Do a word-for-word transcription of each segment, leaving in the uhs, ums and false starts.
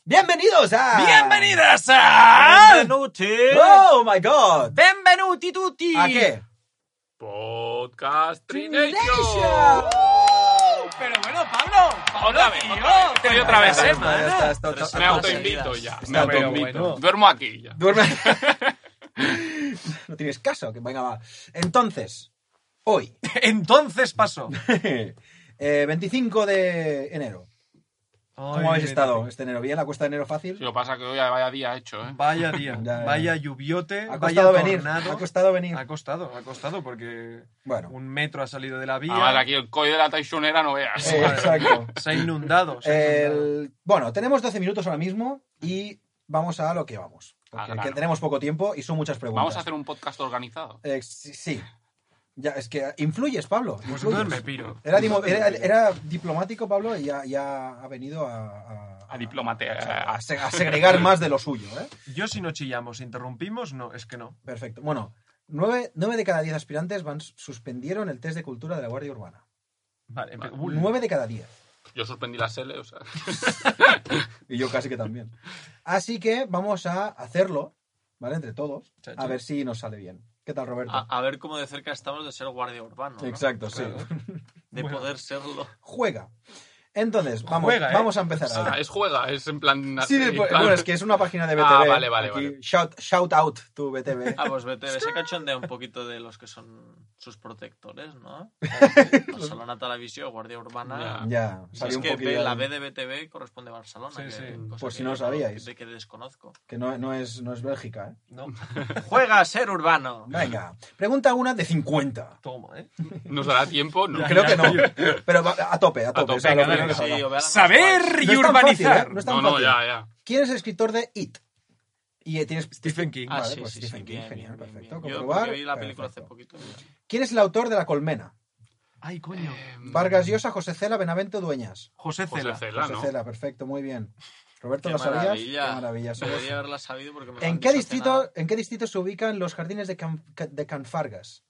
Bienvenidos a... Bienvenidas a... Benvenuti. Oh my god. Benvenuti tutti. ¿A qué? Podcast Trination. Trination. Pero bueno, Pablo. Pablo Otra vez, tío, otra vez. Estoy otra vez Ya semana. está, esto- esto- Me esto- autoinvito ya. Me Está autoinvito. bueno. Duermo aquí ya. Duerme. No tienes caso, que venga, va. Entonces, hoy, Entonces pasó. eh, veinticinco de enero. ¿Cómo habéis estado este enero? ¿Bien? ¿La cuesta de enero fácil? Si lo pasa que hoy vaya día hecho, ¿eh? Vaya día, Ya, ya. vaya lluviote, Ha vaya costado venir. tornado. Ha costado venir. Ha costado, ha costado porque Bueno. un metro ha salido de la vía. Además, aquí el coy de la Taishunera no veas. Eh, exacto. Se ha inundado. Se ha inundado. El- Bueno, tenemos doce minutos ahora mismo y vamos a lo que vamos. Porque Ah, claro. que tenemos poco tiempo y son muchas preguntas. Vamos a hacer un podcast organizado. Eh, sí, sí. Ya, es que influyes, Pablo. Pues influyes. entonces me piro. Era, dimo- era, era diplomático, Pablo, y ya, ya ha venido a, a, A diplomate. a, se- a segregar más de lo suyo, ¿eh? Yo si no chillamos, interrumpimos, no, es que no. Perfecto. Bueno, nueve, nueve de cada diez aspirantes van, suspendieron el test de cultura de la Guardia Urbana. Vale, Vale. uh, Nueve de cada diez. Yo suspendí la S L, o sea. Y yo casi que también. Así que vamos a hacerlo, ¿vale? Entre todos, Chacho. a ver si nos sale bien. ¿Qué tal, Roberto? A, a ver cómo de cerca estamos de ser guardia urbano, ¿no? Exacto, sí. Claro. De Bueno. poder serlo. Juega. Entonces, vamos, Juega, ¿eh? vamos a empezar Ah, ahí. es juega, es en plan. Sí, en pues, plan- bueno, es que es una página de B T V. Ah, vale, vale, Aquí, vale. Shout, shout out to B T V. Ah, pues B T V se cachondea un poquito de los que son sus protectores, ¿no? Barcelona Televisió, Guardia Urbana. Ya, Si salió es un que poquillo B- la ahí. B de B T V corresponde a Barcelona. Sí, que- sí. cosa Por si que no lo sabíais. De que desconozco. Que no, no, es, no es Bélgica, ¿eh? No. Juega a ser urbano. Venga, pregunta una de cincuenta. Toma, ¿eh? ¿Nos dará tiempo? No. Ya, Creo ya, que no, ya. pero va- a tope, a tope. tope, o sea, venga, lo primero dale, que Sí, salga. o vean las Saber más y No es tan fácil, urbanizar. ¿eh? No es tan No, no, fácil. ya, ya. ¿Quién es el escritor de It? Y eh, tienes Stephen King. Ah, Vale, sí, pues sí, Stephen sí, King, bien, genial, bien, bien, perfecto. bien. Yo Comprobar, porque vi la película hace perfecto. poquito. ¿Quién es el autor de La Colmena? Ay, coño. Vargas Llosa, José Cela, Benavente Dueñas. José José Cela. Cela, José ¿no? Cela, perfecto, muy bien. Roberto, Qué ¿lo sabías? maravilla. Qué maravilla. somos- Debería haberla sabido porque me lo ¿En han qué, dicho hace distrito, nada. ¿En qué distrito se ubican los jardines de, Can, de Canfargas?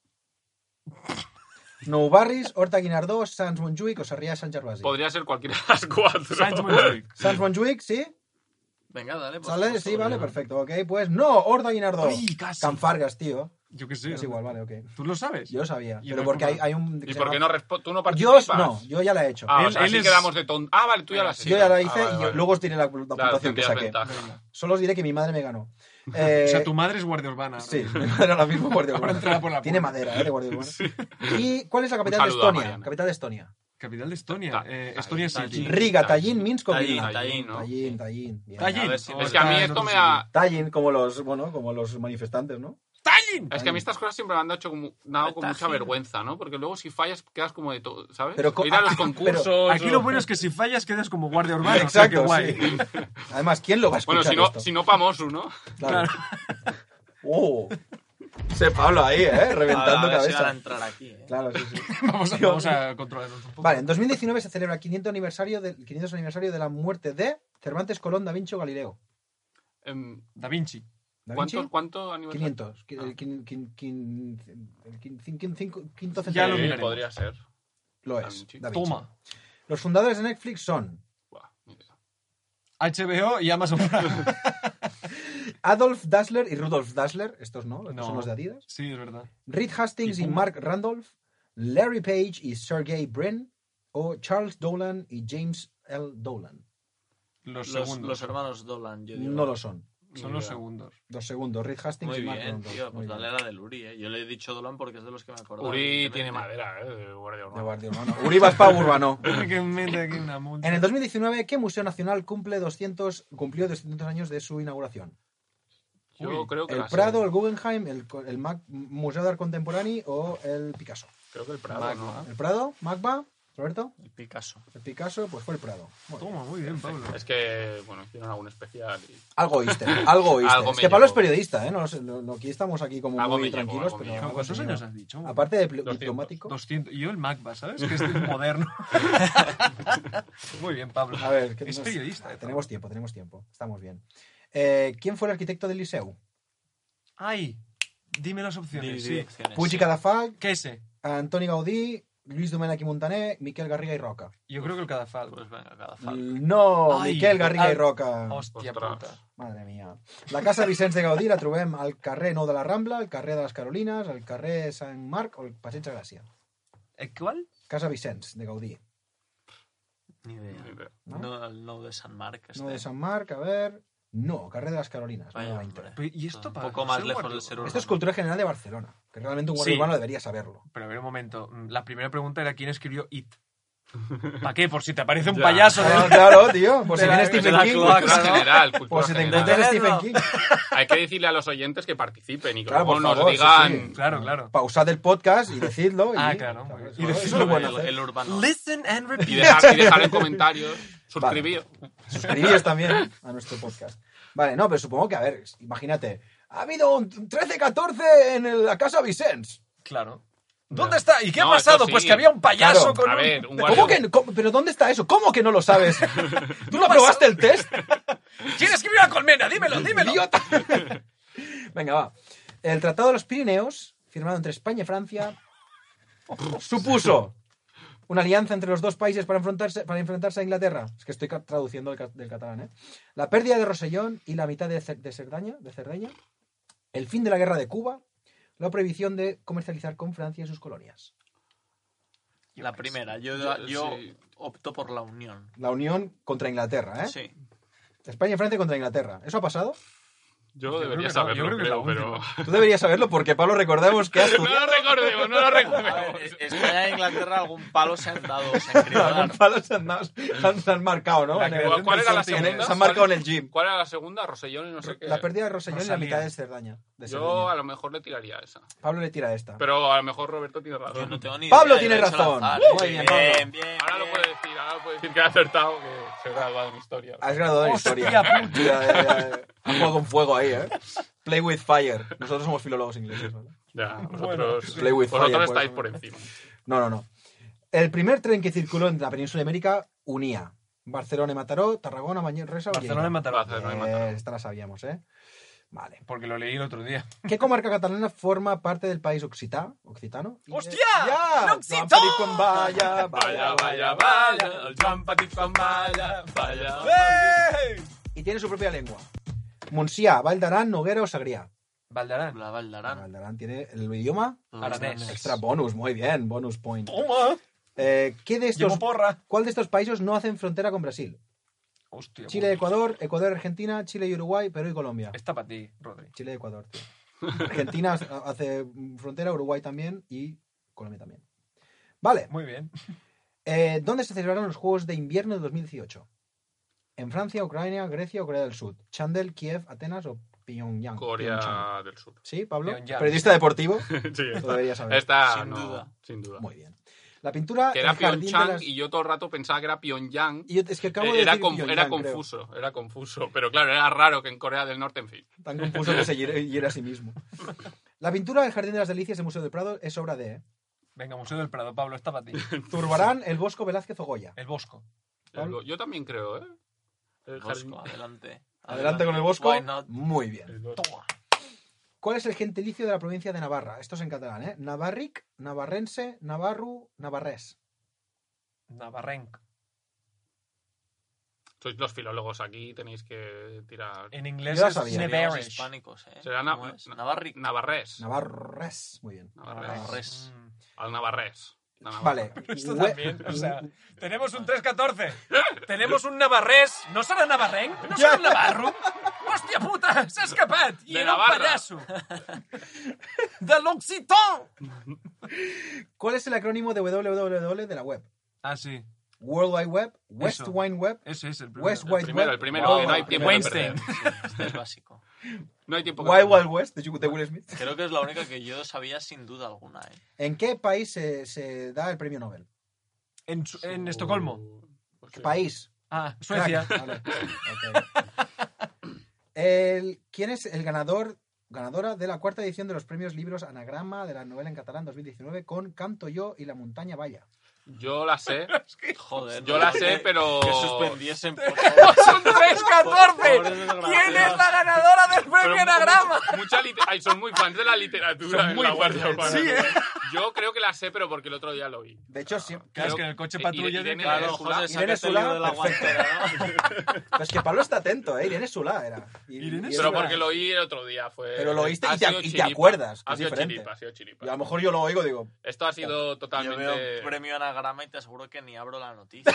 Nou Barris, Horta Guinardó, Sants Montjuïc o Sarrià de Sant Gervasi. Podría ser cualquiera de las cuatro. Sainz Montjuïc. Sants Montjuïc, ¿sí? Venga, dale. por ¿Sale? supuesto, Sí, vale, ya. perfecto. Ok, pues no, Horta Guinardó. Ay, casi. Canfargas, tío. Yo qué sé. Es igual, vale, ok. ¿Tú lo sabes? Yo lo sabía. Y Pero no porque hay, culpa. hay un... que ¿Y se por qué llama- no respo- tú no Yo participas? no, yo ya la he hecho. Ah, Él- o sea, él así es- quedamos de tonto. Ah, vale, tú ya la has Yo ya la hice Ah, vale, y yo- vale. luego os diré la, la Claro, puntuación que tendrías saqué. ventaja. Venga. Solo os diré que mi madre me ganó. Eh, O sea, tu madre es guardia urbana. ¿no? Sí, mi madre ahora mismo guardia Ahora urbana. entrará por la Tiene puerta. madera, ¿eh? De guardia urbana. ¿Y cuál es la capital Un de saludo a Estonia? Mariana. Capital de Estonia. Capital de Estonia. Ta- Eh, ta- Estonia Tallinn. City. Riga, Tallinn, Minsk o Tallinn, Vilna. Tallinn, ¿no? Tallinn, Tallinn. Bien. Tallinn. A ver si- O Es que a mí está en esto otro me sitio. ha... Tallinn, como los, bueno, como los manifestantes, ¿no? ¡Tallinn! Es que a mí estas cosas siempre me han dado como, dado con mucha Tallinn. vergüenza, ¿no? Porque luego si fallas quedas como de todo, ¿sabes? Pero co- Ir a los ah, concursos... Aquí o- lo bueno es que si fallas quedas como guardia urbana. o sea, Exacto, que guay. sí. Además, ¿quién lo va a escuchar Bueno, si no, esto? si no Pamosu, ¿no? Claro. ¡Oh! Sé Pablo ahí, ¿eh? Reventando A ver si van a cabeza. entrar aquí, ¿eh? Claro, sí, sí. Vamos a, vamos a controlarnos un poco. Vale, en dos mil diecinueve se celebra el quinientos aniversario, del, quinientos aniversario de la muerte de Cervantes, Colón, Da Vinci o Galileo. Em, Da Vinci. ¿Da Vinci? ¿Cuánto, ¿Cuánto aniversario? quinientos. El, quin- quin- quin- el quin- quin- quin- cinco- quinto Ya centenario. lo Sí, miraremos. podría ser. Lo Da es. Vinci. Da Vinci. Toma. Los fundadores de Netflix son Buah, ni idea. H B O y Amazon Prime. Adolf Dassler y Rudolf Dassler. Estos no, estos No. son los de Adidas. Sí, es verdad. Reed Hastings ¿Y y Puma? Mark Randolph. Larry Page y Sergey Brin. O Charles Dolan y James L. Dolan. Los, Los, segundos. los hermanos Dolan, yo digo. No lo son. Son Ni los idea. segundos. Dos segundos. Reed Hastings Muy y Mark bien, Randolph. tío. Muy Pues dale bien. a la del Uri, ¿eh? Yo le he dicho Dolan porque es de los que me acordaba. Uri evidentemente. tiene madera, ¿eh? De guardia De urbana. guardia urbana. Uri Baspa Urbano. que mete aquí una multa. En el dos mil diecinueve, ¿qué Museo Nacional cumple doscientos, cumplió doscientos años de su inauguración? Yo Uy, creo que ¿El la sé. Prado, el Guggenheim, el, co- el Mac- Museo de Arte Contemporáneo o el Picasso? Creo que el Prado, Magma. ¿no? ¿El Prado? ¿Magba? ¿Roberto? El Picasso. El Picasso, pues fue el Prado. Bueno, Toma, muy bien, Pablo. Es que, bueno, hicieron algún especial y... algo oíste, algo oíste. Algo es me que Pablo es llegó. periodista, ¿eh? No, lo sé, no- no- aquí estamos aquí como Algo muy me llegó, tranquilos, algo me pero... llegó. algo ¿Cuántos sí, años ¿no? has dicho? Aparte de pl- doscientos. diplomático. doscientos. Y yo el Magba, ¿sabes? Que este es moderno. Muy bien, Pablo. A ver, ¿qué Es nos- periodista. eh, Tenemos tiempo, tenemos tiempo. Estamos bien. Eh, ¿Quién fue el arquitecto del Liceu? Ay, dime las opciones. Sí. Direcciones, Puig i sí. Cadafalch, ¿Qué ese? Antoni Gaudí Lluís Domènech i Montaner, Miquel Garriga i Roca. Yo creo que el Cadafal. Pues venga, cada falta. No, Ai, Miquel Garriga ah, i Roca. Hòstia Ostres. puta. Madre mia. La Casa Vicenç de Gaudí la trobem al carrer Nou de la Rambla, al carrer de les Carolines, al carrer Sant Marc o al Passeig de Gràcia. ¿El cuál? Casa Vicenç de Gaudí. Ni idea. Ni idea. ¿No? No, el nou de Sant Marc. Este. Nou de Sant Marc, a ver... No, carrer de las Carolinas. Vaya, número veinte. hombre. ¿Y esto Un para poco ser más un lejos guardia del ser urbano? Esto es cultura general de Barcelona, que realmente un guardia Sí. urbano debería saberlo. Pero a ver un momento. La primera pregunta era quién escribió It. ¿Para qué? Por si te aparece un Ya. payaso. Claro, del- claro, tío. Por si De la- viene de Stephen la King. cloaca, Cultura ¿no? general, cultura Por si te general. encuentras general. Stephen King. Hay que decirle a los oyentes que participen y que Claro, luego por nos favor, sí, digan... sí. Claro, claro. Pausad el podcast y decidlo. Y, Ah, claro, muy Claro, bien. eso- Y eso decidlo, es lo bueno el, hacer. el urbano. Listen and Y repeat. dejar, y dejar en comentarios, suscribir. Suscribíos también a nuestro podcast. Vale, no, pero supongo que, a ver, imagínate. Ha habido un trece catorce en el- la Casa Vicens. Claro. ¿Dónde está? ¿Y qué No, ha pasado? esto sí. Pues que había un payaso Claro. con A un... ver, un ¿Cómo guardia... que, cómo- ¿Pero dónde está eso? ¿Cómo que no lo sabes? ¿Tú no aprobaste el test? ¿Quién escribió la colmena? Dímelo, dímelo. ¡Idiota! Venga, va. El Tratado de los Pirineos, firmado entre España y Francia, supuso una alianza entre los dos países para enfrentarse, para enfrentarse a Inglaterra. Es que estoy ca- traduciendo del, ca- del catalán, ¿eh? La pérdida de Rosellón y la mitad de, Ce- de, Cerdaña, de Cerdeña. El fin de la guerra de Cuba. La prohibición de comercializar con Francia y sus colonias. La primera. Yo, Yo- yo sí. opto por la unión. La unión contra Inglaterra, ¿eh? Sí. España y Francia contra Inglaterra. ¿Eso ha pasado? Yo Yo creo debería que no, saberlo, yo creo que es la creo, pero... última. Tú deberías saberlo porque, Pablo, recordemos que has No lo recordemos, no lo A recordemos. ver, España e Inglaterra algún palo se han dado, se han querido dar. Algún palo se han, dado- se han- se han marcado, ¿no? La En que- el- ¿Cuál, cuál era la en el- segunda? se han marcado en el gym. ¿Cuál era la segunda? Rosellón y no sé qué. La pérdida de Rosellón y la Rosalía. mitad de Cerdaña. De Yo Cerdeña. a lo mejor le tiraría a esa. Pablo le tira esta. Pero a lo mejor Roberto tiene razón. Yo no tengo ni Pablo idea, tiene yo lo he hecho al razón. azar. Muy bien, bien, Pablo. bien, Ahora lo bien. puede decir, ahora lo puede decir que ha acertado, que se ha graduado en historia. Has graduado en Hostia, historia. puta. Ya, ya, ya. Han jugado con fuego ahí, ¿eh? Play with fire. Nosotros somos filólogos ingleses, ¿vale? Ya, Bueno, vosotros, play with vosotros fire, estáis pues. por encima. No, no, no. El primer tren que circuló en la península ibérica unía Barcelona y Mataró, Tarragona, Manresa, Barcelona y Mataró. Barcelona y Mataró. Esta la sabíamos, ¿eh? Vale. Porque lo leí el otro día. ¿Qué comarca catalana forma parte del país occità, occitano? ¡Hostia! ¡Ya! ¡L'Occità! Joan Petit quan Vaya, Vaya, vaya, vaya, el Joan Petit quan vaya, vaya. ¡Ey! Y tiene su propia lengua. Montsià, Vall d'Aran, Noguera o Segrià. Valdarán. La Val d'Aran. Vall d'Aran tiene el idioma. Aranés. Extra bonus, muy bien, bonus point. ¡Toma! Eh, ¿qué de estos, Llevo porra. ¿Cuál de estos países no hacen frontera con Brasil? Hostia. Chile, pues, Ecuador, Ecuador, Argentina, Chile y Uruguay, Perú y Colombia. Está para ti, Rodri. Chile y Ecuador, tío. Argentina hace frontera, Uruguay también y Colombia también. Vale. Muy bien. Eh, ¿Dónde se celebraron los Juegos de Invierno de dos mil dieciocho? ¿En Francia, Ucrania, Grecia o Corea del Sur? ¿Chandel, Kiev, Atenas o Pyongyang? Pyongyang. Corea del Sur. ¿Sí, Pablo? Pyongyang. Periodista deportivo. Sí, Lo esta, debería saber. esta Sin no, duda. sin duda. Muy bien. La pintura Que era El jardín de Pyeongchang las... y yo todo el rato pensaba que era Pyongyang. Y yo- es que acabo de Era, decir conf- Pyongyang, era creo. confuso, era confuso. Pero claro, era raro que en Corea del Norte, en fin. Tan confuso que se hiere, hiere a sí mismo. La pintura El Jardín de las Delicias del Museo del Prado es obra de ¿eh? Venga, Museo del Prado, Pablo, está para ti. Zurbarán, El Bosco, Velázquez o Goya. El Bosco. Pablo. Yo también creo, ¿eh? El jardín- Bosco, adelante. Adelante con El Bosco. Why not? Muy bien. el Bosco. Toma. ¿Cuál es el gentilicio de la provincia de Navarra? Esto es en catalán, ¿eh? Navarric, navarrense, navarru, navarrés. Navarrenc. Sois los filólogos aquí, tenéis que tirar. En inglés Yo la es sabía. Seríamos Navarrish. hispánicos, ¿eh? Será na- ¿Cómo es? na- Navarric. Navarrés. Navarrés. Muy bien. Navarrés. Navarrés. Mm. Al Navarrés. La Navarra. Vale. Esto Hue- también, o sea, tenemos un tres catorce, tenemos un navarrés, ¿no serà navarrenc? ¿No serà un navarro? Hòstia puta, s'ha escapat! I De era un Navarra. pallasso! De l'Occità! ¿Cuál es el acrónimo de doble u doble u doble u de la web? Ah, sí, World Wide Web, West Eso. Wine Web, ese es el primero. West El Wide primero, Web. el primero, Wow. que no hay tiempo Weinstein. que perder. Este es básico. No hay tiempo que Wild perder. Wild West de de Will Smith. Creo que es la única que yo sabía sin duda alguna, ¿eh? ¿En qué país se, se da el premio Nobel? En, Su- en Estocolmo. Pues sí. País. Ah, Suecia. Crack. Vale. Ok. El, ¿Quién es el ganador, ganadora de la cuarta edición de los premios libros Anagrama de la novela en catalán dos mil diecinueve con Canto yo y la montaña vaya? Yo la sé. Joder. Yo no, la que- sé, pero. Que suspendiesen, por favor. ¡Es un tres catorce! Pobres desgraciados. ¿Quién es la ganadora del premio Pero qué anagrama! mucha- mucha lite- Ay, son muy fans de la literatura Son en muy la Guardia fans, Urbana. sí, ¿eh? Yo creo que la sé, pero porque el otro día lo vi. De hecho, sí. Claro, es Creo- que en el coche eh, patrulla... Irene- de- Claro, Irene Solá. José, Irene sácate el libro de la Solá, guantera, ¿no? Es que Pablo está atento, ¿eh? Irene Solá era. Y- Irene y Pero Solá. porque lo oí el otro día. Fue... Pero lo oíste ha y te- sido y te chiripa. acuerdas, que Ha es sido diferente. chiripa, ha sido chiripa. Y a lo mejor yo lo oigo y digo, Esto ha sido Yo totalmente... veo premio anagrama y te aseguro que ni abro la noticia.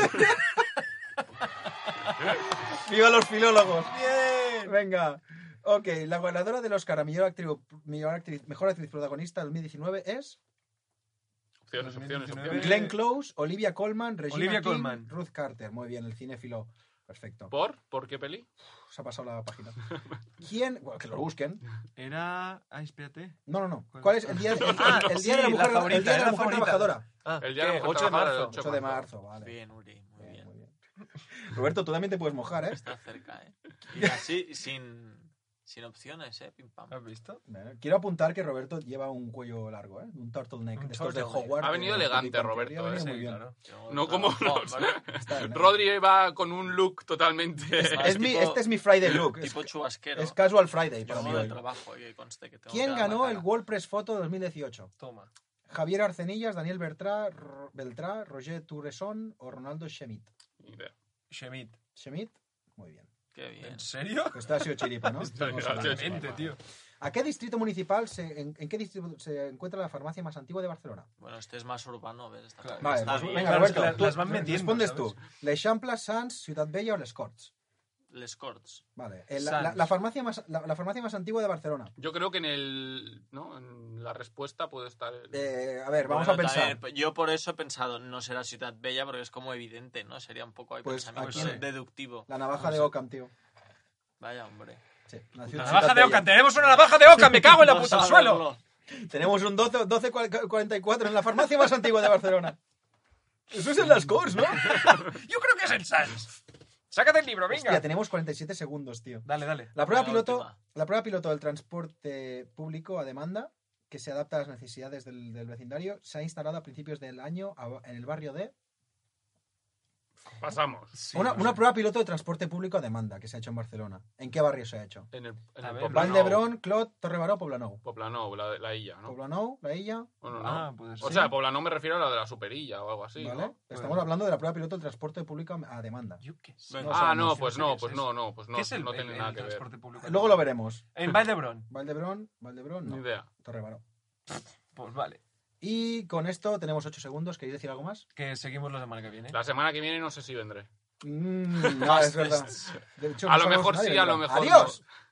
¡viva los filólogos! ¡Bien! Venga. Ok, la ganadora del Oscar a mejor actriz, mejor actriz, mejor actriz protagonista dos mil diecinueve es Opciones, opciones, dos mil diecinueve. opciones. Glenn Close, Olivia Colman, Regina Olivia King, Colman. Ruth Carter. Muy bien, el cinéfilo. Perfecto. ¿Por? ¿Por qué peli? Se ha pasado la página. ¿Quién? Bueno, que lo busquen. Era... Ah, espérate. No, no, no. ¿Cuál? ¿Cuál es el día, el, Ah, el sí, día de la la mujer, favorita, el día de era la la mujer favorita. trabajadora? Ah, El día de la ¿qué? mujer ocho de trabajadora, marzo. el ocho de marzo, vale. Bien, Uri, muy Bien, bien. muy bien. Roberto, tú también te puedes mojar, ¿eh? Está cerca, ¿eh? Y así, sin, sin opciones, ¿eh? Pim pam. ¿Has visto? Bueno, quiero apuntar que Roberto lleva un cuello largo, ¿eh? Un turtleneck Un de estos de turtleneck. Hogwarts. Ha venido de- elegante, de- Roberto, ha venido ¿eh? muy Sí, bien. claro. Yo- No como no, los... ¿vale? Está bien, ¿eh? Rodri va con un look totalmente... Es, Es mi, tipo- este es mi Friday look. Es, Tipo chubasquero. es Casual Friday Yo para mí hago de hoy. trabajo y que conste que tengo ¿Quién que dar la ganó el cara. WordPress Photo dos mil dieciocho? Toma. ¿Javier Arcenillas, Daniel Bertrá, R- Beltrá, Roger Touresson o Ronaldo Schmidt? Ni idea. Shemit. ¿Schmidt? Muy bien. Qué bien. ¿En serio? Esto ha sido chiripa, ¿no? Esto ha Vamos sido a hablar. chiripa. Mente, tío. ¿A qué distrito municipal, se, en, en qué distrito se encuentra la farmacia más antigua de Barcelona? Bueno, este es más urbano, ¿ves? Está, Claro. Vale, está pues, bien. venga, Claro, es Roberto, que tú, las van metiendo, respondes ¿sabes? tú. ¿L'Eixample, Sants, Ciutat Bella o Les Corts? Les Corts. Vale. eh, la, la- Sants. la farmacia más, la, la farmacia más antigua de Barcelona. Yo creo que en el... ¿no? En la respuesta puede estar... el- Eh, a ver, vamos Bueno, a pensar. también, yo por eso he pensado, no será Ciudad Bella porque es como evidente, ¿no? Sería un poco ahí Pues pensamiento aquí- deductivo. La navaja No de sé. Occam, tío. Vaya, hombre. Sí, la La ciudad- navaja Ciutat de Bella. Ockham. Tenemos una navaja de Ockham. Me cago en la Vamos puta a al suelo. verlo. Tenemos un doce, doce cuarenta y cuatro en la farmacia más antigua de Barcelona. Eso es en las Corts, ¿no? Yo creo que es el Sans. Sácate el libro, venga. Hostia, tenemos cuarenta y siete segundos, tío. Dale, dale. La prueba, La piloto, última. la prueba piloto del transporte público a demanda, que se adapta a las necesidades del, del vecindario, se ha instalado a principios del año a- en el barrio de... Pasamos. Sí, una, no una sé. prueba piloto de transporte público a demanda que se ha hecho en Barcelona. ¿En qué barrio se ha hecho? En el, en A el ver, Poblenou. Valdebrón, Clot, Torrebaró, Poblenou. Poblenou, la, la Illa, ¿no? Poblenou, La Illa, Bueno, no. Ah, puede O ser. sea, Poblenou me refiero a la de la Superilla o algo así, ¿vale? ¿no? Estamos hablando de la prueba piloto del transporte público a a demanda. Yo qué sé. Venga. No Ah, sabemos, no, no pues sé no, qué es pues eso. no, no, pues no, ¿Qué es el, no el- tiene el nada que ver. transporte público? Luego lo veremos. En Valdebrón. Valdebrón, Valdebrón, Ni no. idea. Torrebaró. Pues vale. Y con esto tenemos ocho segundos. ¿Queréis decir algo más? Que seguimos la semana que viene. La semana que viene no sé si vendré. Mm, no, es verdad. De hecho, A no lo mejor sabemos sí, nadie, a lo ¿verdad? mejor ¡Adiós! no.